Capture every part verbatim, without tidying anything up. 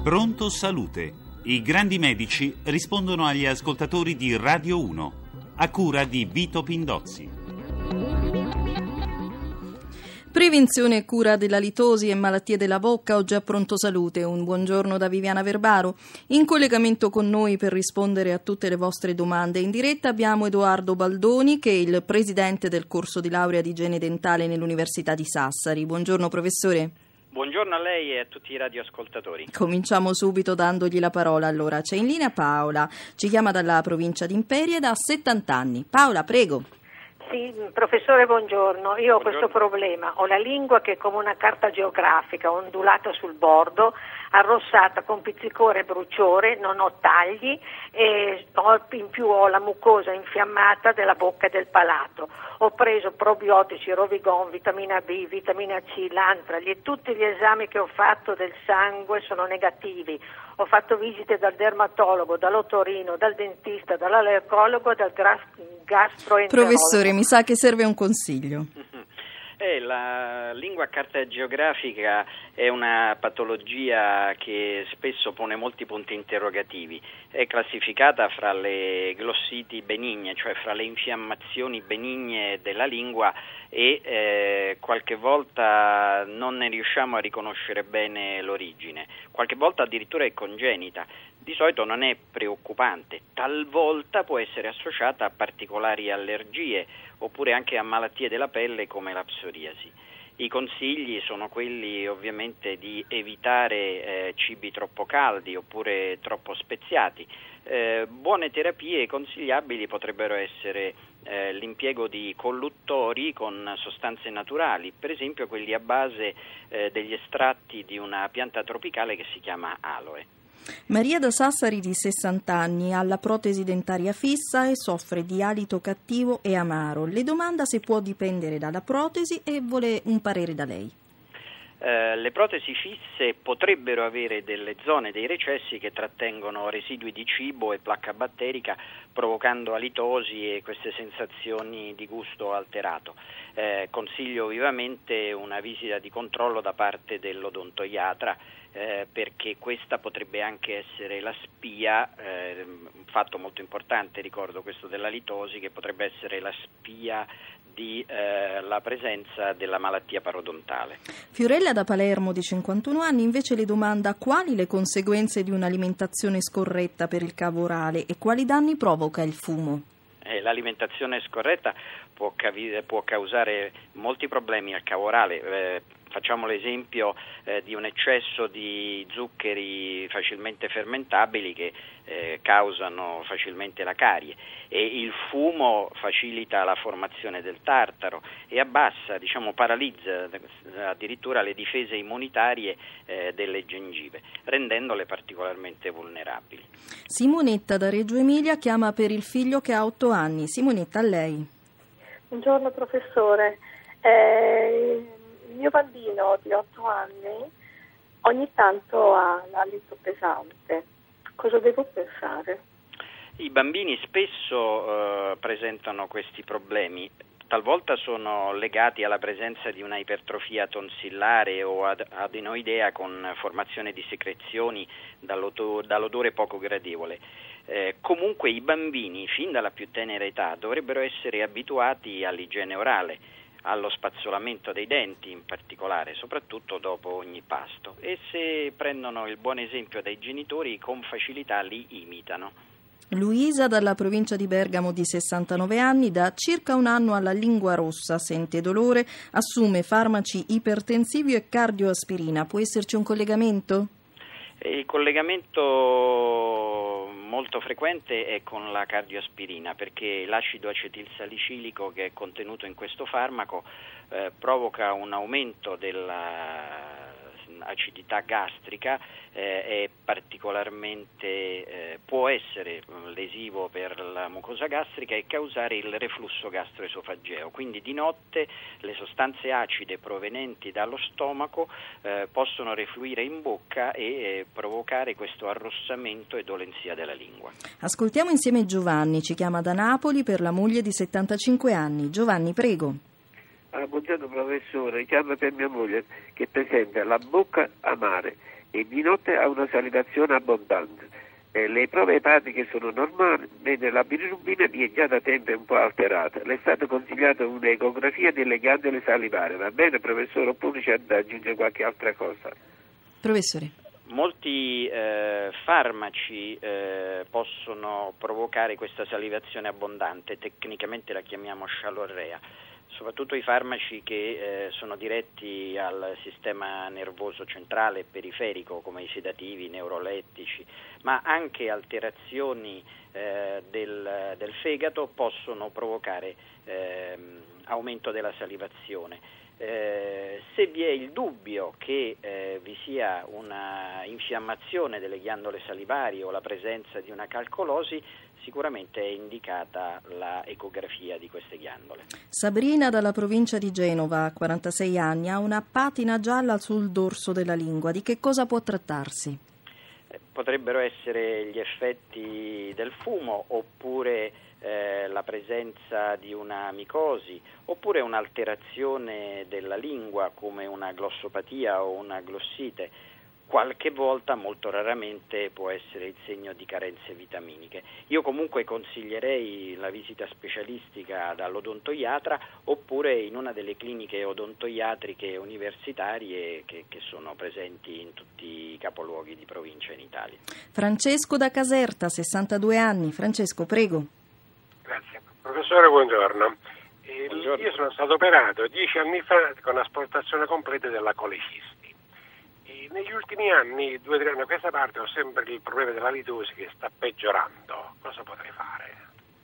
Pronto Salute. I grandi medici rispondono agli ascoltatori di Radio uno, a cura di Vito Pindozzi. Prevenzione e cura della litosi e malattie della bocca, oggi a Pronto Salute. Un buongiorno da Viviana Verbaro. In collegamento con noi per rispondere a tutte le vostre domande in diretta abbiamo Edoardo Baldoni, che è il presidente del corso di laurea di igiene dentale nell'Università di Sassari. Buongiorno professore. Buongiorno a lei e a tutti i radioascoltatori. Cominciamo subito dandogli la parola. Allora, c'è in linea Paola, ci chiama dalla provincia di Imperia ed ha settanta anni. Paola, prego. Sì, professore, buongiorno. Io ho Buongiorno. questo problema. Ho la lingua che è come una carta geografica, ondulata sul bordo, arrossata con pizzicore e bruciore, non ho tagli e ho, in più ho la mucosa infiammata della bocca e del palato. Ho preso probiotici, Rovigon, vitamina B, vitamina C, l'antrali e tutti gli esami che ho fatto del sangue sono negativi. Ho fatto visite dal dermatologo, dall'otorino, dal dentista, dall'allergologo e dal gastroenterologo. Professore, mi sa che serve un consiglio. Eh, la lingua a carta geografica è una patologia che spesso pone molti punti interrogativi. È classificata fra le glossiti benigne, cioè fra le infiammazioni benigne della lingua, e eh, qualche volta non ne riusciamo a riconoscere bene l'origine. Qualche volta addirittura è congenita. Di solito non è preoccupante, talvolta può essere associata a particolari allergie oppure anche a malattie della pelle come la psoriasi. I consigli sono quelli ovviamente di evitare eh, cibi troppo caldi oppure troppo speziati. Eh, buone terapie consigliabili potrebbero essere eh, l'impiego di colluttori con sostanze naturali, per esempio quelli a base eh, degli estratti di una pianta tropicale che si chiama aloe. Maria da Sassari, di sessanta anni, ha la protesi dentaria fissa e soffre di alito cattivo e amaro. Le domanda se può dipendere dalla protesi e vuole un parere da lei. Eh, le protesi fisse potrebbero avere delle zone, dei recessi che trattengono residui di cibo e placca batterica, provocando alitosi e queste sensazioni di gusto alterato. Eh, consiglio vivamente una visita di controllo da parte dell'odontoiatra, eh, perché questa potrebbe anche essere la spia, eh, un fatto molto importante, ricordo questo della litosi, che potrebbe essere la spia di eh, la presenza della malattia parodontale. Fiorella da Palermo, di cinquantuno anni, invece le domanda quali le conseguenze di un'alimentazione scorretta per il cavo orale e quali danni provoca il fumo. Eh, l'alimentazione scorretta può, cavi- può causare molti problemi al cavo orale. Eh, Facciamo l'esempio eh, di un eccesso di zuccheri facilmente fermentabili che eh, causano facilmente la carie, e il fumo facilita la formazione del tartaro e abbassa, diciamo paralizza addirittura le difese immunitarie eh, delle gengive, rendendole particolarmente vulnerabili. Simonetta da Reggio Emilia chiama per il figlio che ha otto anni. Simonetta, a lei. Buongiorno professore. Eh... Il mio bambino di otto anni ogni tanto ha l'alito pesante. Cosa devo pensare? I bambini spesso eh, presentano questi problemi. Talvolta sono legati alla presenza di una ipertrofia tonsillare o ad- adenoidea con formazione di secrezioni dall'odo- dall'odore poco gradevole. Eh, comunque i bambini, fin dalla più tenera età, dovrebbero essere abituati all'igiene orale, allo spazzolamento dei denti in particolare, soprattutto dopo ogni pasto, e se prendono il buon esempio dai genitori con facilità li imitano. Luisa dalla provincia di Bergamo, di sessantanove anni, da circa un anno alla lingua rossa, sente dolore, assume farmaci ipertensivi e cardioaspirina. Può esserci un collegamento? Il collegamento molto frequente è con la cardioaspirina, perché l'acido acetilsalicilico che è contenuto in questo farmaco eh, provoca un aumento dell'acidità gastrica, eh, è particolarmente eh, può essere lesivo per la mucosa gastrica e causare il reflusso gastroesofageo. Quindi di notte le sostanze acide provenienti dallo stomaco eh, possono refluire in bocca e eh, provocare questo arrossamento e dolenzia della lingua. Ascoltiamo insieme Giovanni, ci chiama da Napoli per la moglie di settantacinque anni. Giovanni, prego. Ah, buongiorno professore, chiamo per mia moglie che presenta la bocca amare e di notte ha una salivazione abbondante. Eh, le prove epatiche sono normali, mentre la bilirubina vi è già da tempo un po' alterata. Le è stata consigliata un'ecografia delle ghiandole salivare. Va bene, professore, oppure c'è da aggiungere qualche altra cosa? Professore. Molti eh, farmaci eh, possono provocare questa salivazione abbondante, tecnicamente la chiamiamo scialorrea, soprattutto i farmaci che eh, sono diretti al sistema nervoso centrale e periferico, come i sedativi, i neurolettici, ma anche alterazioni eh, del, del fegato possono provocare eh, aumento della salivazione. Eh, se vi è il dubbio che eh, vi sia una infiammazione delle ghiandole salivari o la presenza di una calcolosi, sicuramente è indicata la ecografia di queste ghiandole. Sabrina dalla provincia di Genova, quarantasei anni, ha una patina gialla sul dorso della lingua. Di che cosa può trattarsi? Eh, potrebbero essere gli effetti del fumo oppure Eh, la presenza di una micosi oppure un'alterazione della lingua come una glossopatia o una glossite. Qualche volta, molto raramente, può essere il segno di carenze vitaminiche. Io comunque consiglierei la visita specialistica dall'odontoiatra oppure in una delle cliniche odontoiatriche universitarie che, che sono presenti in tutti i capoluoghi di provincia in Italia. Francesco da Caserta, sessantadue anni. Francesco, prego. Grazie. Professore, buongiorno. Eh, buongiorno. Io sono stato operato dieci anni fa con asportazione completa della colecisti. E negli ultimi anni, due o tre anni a questa parte, ho sempre il problema della litosi che sta peggiorando. Cosa potrei fare?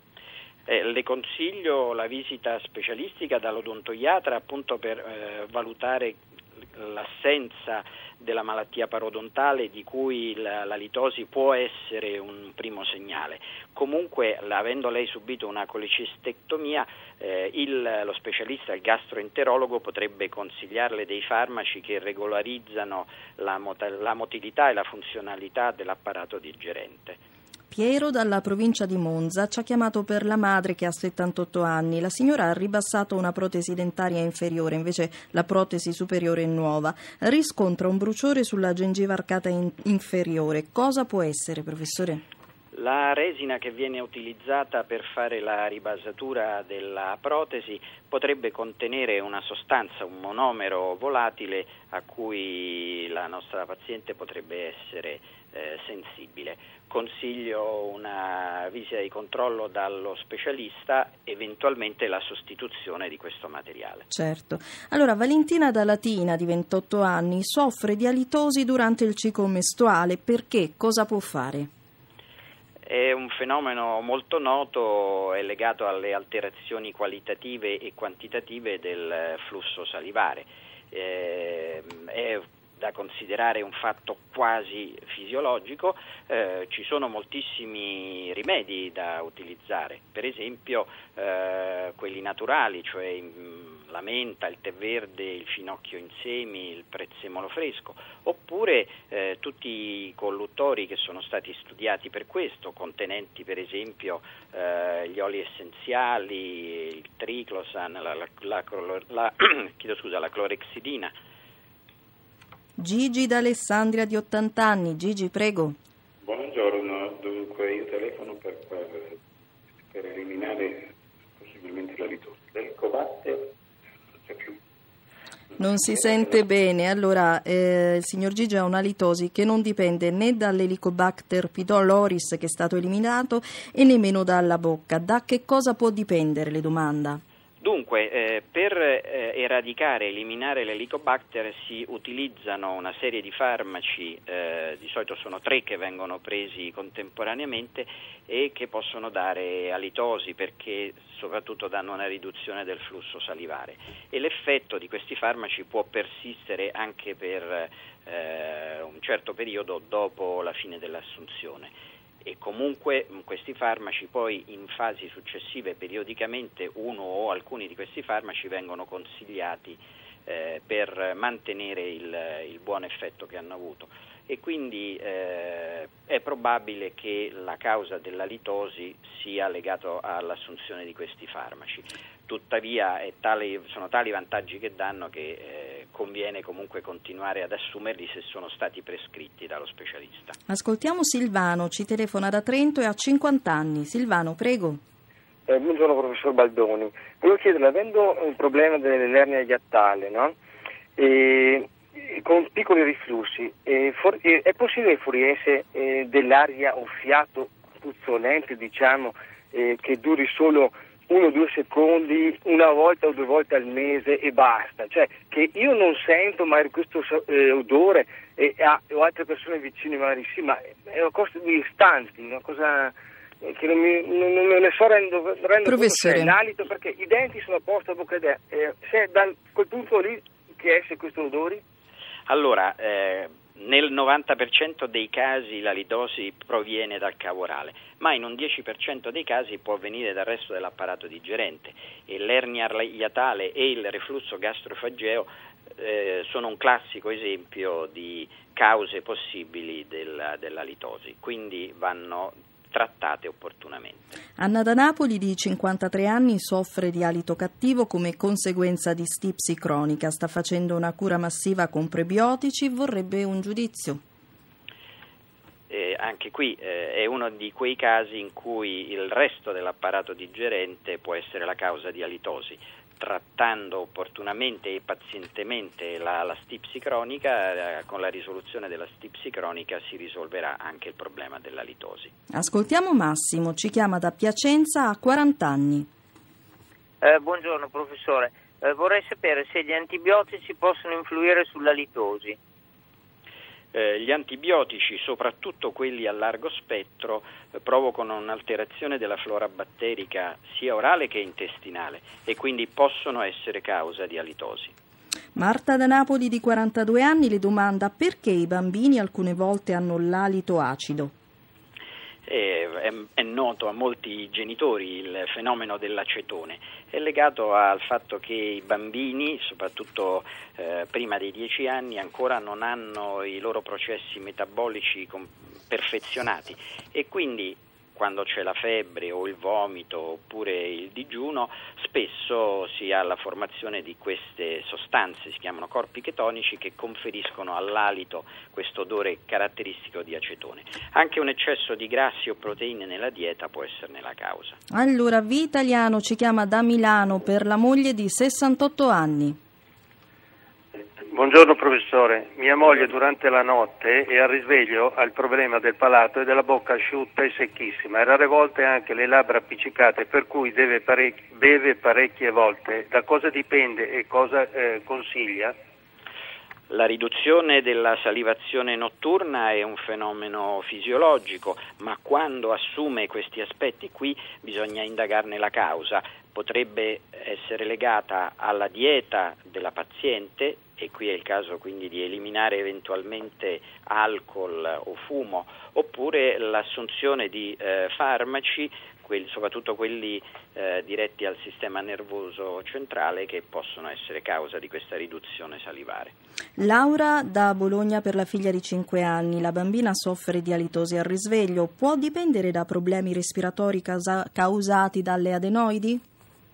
Eh, le consiglio la visita specialistica dall'odontoiatra appunto per eh, valutare l'assenza della malattia parodontale di cui la, la litosi può essere un primo segnale. Comunque, avendo lei subito una colecistectomia, eh, il, lo specialista, il gastroenterologo, potrebbe consigliarle dei farmaci che regolarizzano la, mot- la motilità e la funzionalità dell'apparato digerente. Piero dalla provincia di Monza ci ha chiamato per la madre che ha settantotto anni. La signora ha ribassato una protesi dentaria inferiore, invece la protesi superiore è nuova. Riscontra un bruciore sulla gengiva arcata in- inferiore. Cosa può essere, professore? La resina che viene utilizzata per fare la ribasatura della protesi potrebbe contenere una sostanza, un monomero volatile a cui la nostra paziente potrebbe essere eh, sensibile. Consiglio una visita di controllo dallo specialista, eventualmente la sostituzione di questo materiale. Certo. Allora, Valentina da Latina, di ventotto anni, soffre di alitosi durante il ciclo mestruale. Perché? Cosa può fare? È un fenomeno molto noto, è legato alle alterazioni qualitative e quantitative del flusso salivare. Eh, è da considerare un fatto quasi fisiologico. Eh, ci sono moltissimi rimedi da utilizzare, per esempio eh, quelli naturali, cioè mh, la menta, il tè verde, il finocchio in semi, il prezzemolo fresco, oppure eh, tutti i colluttori che sono stati studiati per questo, contenenti per esempio eh, gli oli essenziali, il triclosan, la, la, la, la, la, chiedo scusa, la clorexidina. Gigi da Alessandria, di ottanta anni. Gigi, prego. Buongiorno, dunque io telefono per, per, per eliminare possibilmente la litosi. L'Helicobacter non c'è più. Non si sente bene. Allora, eh, il signor Gigi ha una litosi che non dipende né dall'Helicobacter pylori che è stato eliminato e nemmeno dalla bocca. Da che cosa può dipendere, le domanda? Dunque, eh, per eh, eradicare, eliminare l'Helicobacter si utilizzano una serie di farmaci, eh, di solito sono tre che vengono presi contemporaneamente e che possono dare alitosi perché soprattutto danno una riduzione del flusso salivare, e l'effetto di questi farmaci può persistere anche per eh, un certo periodo dopo la fine dell'assunzione. E comunque questi farmaci poi in fasi successive periodicamente uno o alcuni di questi farmaci vengono consigliati eh, per mantenere il, il buon effetto che hanno avuto, e quindi eh, è probabile che la causa della litosi sia legata all'assunzione di questi farmaci. Tuttavia è tale, sono tali vantaggi che danno che eh, conviene comunque continuare ad assumerli se sono stati prescritti dallo specialista. Ascoltiamo Silvano, ci telefona da Trento e ha cinquanta anni. Silvano, prego. Eh, buongiorno professor Baldoni. Volevo chiedere, avendo un problema dell'ernia iattale, no? E, e con piccoli riflussi, e for, e, è possibile fuoriesce eh, dell'aria o fiato puzzolente, diciamo, eh, che duri solo uno o due secondi, una volta o due volte al mese e basta, cioè che io non sento magari questo eh, odore e ah, o altre persone vicine magari sì, ma è una cosa di istanti, una cosa che non, mi, non, non me ne so rendo, rendo Professore. conto, l'alito, perché i denti sono a posto, a bocca de- eh, se è da quel punto lì che esce questo odore? Allora, eh, nel novanta per cento dei casi la litosi proviene dal cavo orale, ma in un dieci per cento dei casi può venire dal resto dell'apparato digerente, e l'ernia iatale e il reflusso gastrofageo eh, sono un classico esempio di cause possibili della, della litosi, quindi vanno trattate opportunamente. Anna da Napoli, di cinquantatré anni, soffre di alito cattivo come conseguenza di stipsi cronica. Sta facendo una cura massiva con prebiotici, vorrebbe un giudizio. Eh, anche qui eh, è uno di quei casi in cui il resto dell'apparato digerente può essere la causa di alitosi. Trattando opportunamente e pazientemente la, la stipsi cronica, eh, con la risoluzione della stipsi cronica si risolverà anche il problema della litosi. Ascoltiamo Massimo, ci chiama da Piacenza, ha quaranta anni. Eh, buongiorno professore, eh, vorrei sapere se gli antibiotici possono influire sulla litosi. Eh, gli antibiotici, soprattutto quelli a largo spettro, eh, provocano un'alterazione della flora batterica sia orale che intestinale e quindi possono essere causa di alitosi. Marta da Napoli, di quarantadue anni, le domanda perché i bambini alcune volte hanno l'alito acido. È, è, è noto a molti genitori il fenomeno dell'acetone, è legato al fatto che i bambini, soprattutto eh, prima dei dieci anni, ancora non hanno i loro processi metabolici com- perfezionati e quindi quando c'è la febbre o il vomito oppure il digiuno, spesso si ha la formazione di queste sostanze, si chiamano corpi chetonici, che conferiscono all'alito questo odore caratteristico di acetone. Anche un eccesso di grassi o proteine nella dieta può esserne la causa. Allora, V Italiano ci chiama da Milano per la moglie di sessantotto anni. Buongiorno professore, mia moglie durante la notte e al risveglio ha il problema del palato e della bocca asciutta e secchissima e rare volte anche le labbra appiccicate, per cui deve parec- beve parecchie volte. Da cosa dipende e cosa eh, consiglia? La riduzione della salivazione notturna è un fenomeno fisiologico, ma quando assume questi aspetti qui bisogna indagarne la causa. Potrebbe essere legata alla dieta della paziente, e qui è il caso quindi di eliminare eventualmente alcol o fumo, oppure l'assunzione di eh, farmaci, quelli, soprattutto quelli eh, diretti al sistema nervoso centrale, che possono essere causa di questa riduzione salivare. Laura da Bologna per la figlia di cinque anni, la bambina soffre di alitosi al risveglio, può dipendere da problemi respiratori causa- causati dalle adenoidi?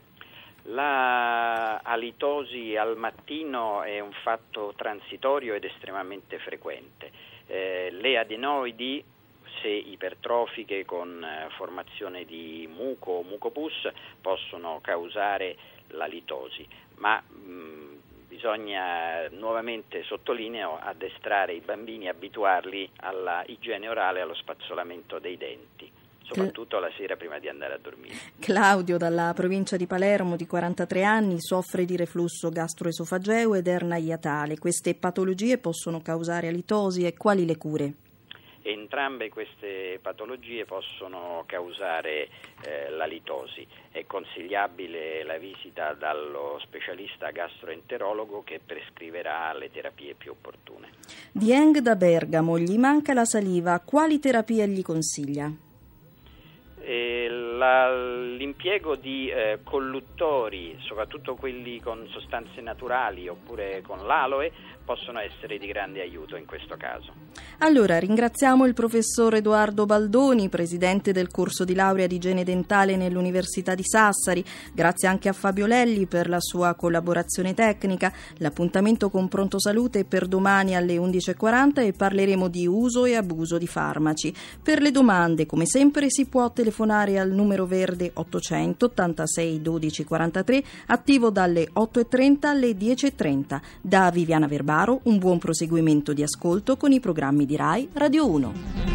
La alitosi al mattino è un fatto transitorio ed estremamente frequente. Eh, le adenoidi, se ipertrofiche con eh, formazione di muco o mucopus, possono causare la litosi, ma mh, bisogna nuovamente, sottolineo, addestrare i bambini, abituarli alla igiene orale e allo spazzolamento dei denti, soprattutto la sera prima di andare a dormire. Claudio dalla provincia di Palermo, di quarantatré anni, soffre di reflusso gastroesofageo ed ernia iatale. Queste patologie possono causare alitosi e quali le cure? Entrambe queste patologie possono causare eh, la litosi. È consigliabile la visita dallo specialista gastroenterologo che prescriverà le terapie più opportune. Dieng da Bergamo, gli manca la saliva, quali terapie gli consiglia? E la, l'impiego di eh, colluttori, soprattutto quelli con sostanze naturali oppure con l'aloe, possono essere di grande aiuto in questo caso. Allora, ringraziamo il professor Edoardo Baldoni, presidente del corso di laurea di igiene dentale nell'Università di Sassari. Grazie anche a Fabio Lelli per la sua collaborazione tecnica. L'appuntamento con Pronto Salute è per domani alle undici e quaranta e parleremo di uso e abuso di farmaci. Per le domande, come sempre, si può telefonare al numero verde ottocento ottantasei dodici quarantatré, attivo dalle otto e trenta alle dieci e trenta. Da Viviana Verbaro, un buon proseguimento di ascolto con i programmi di Rai Radio uno.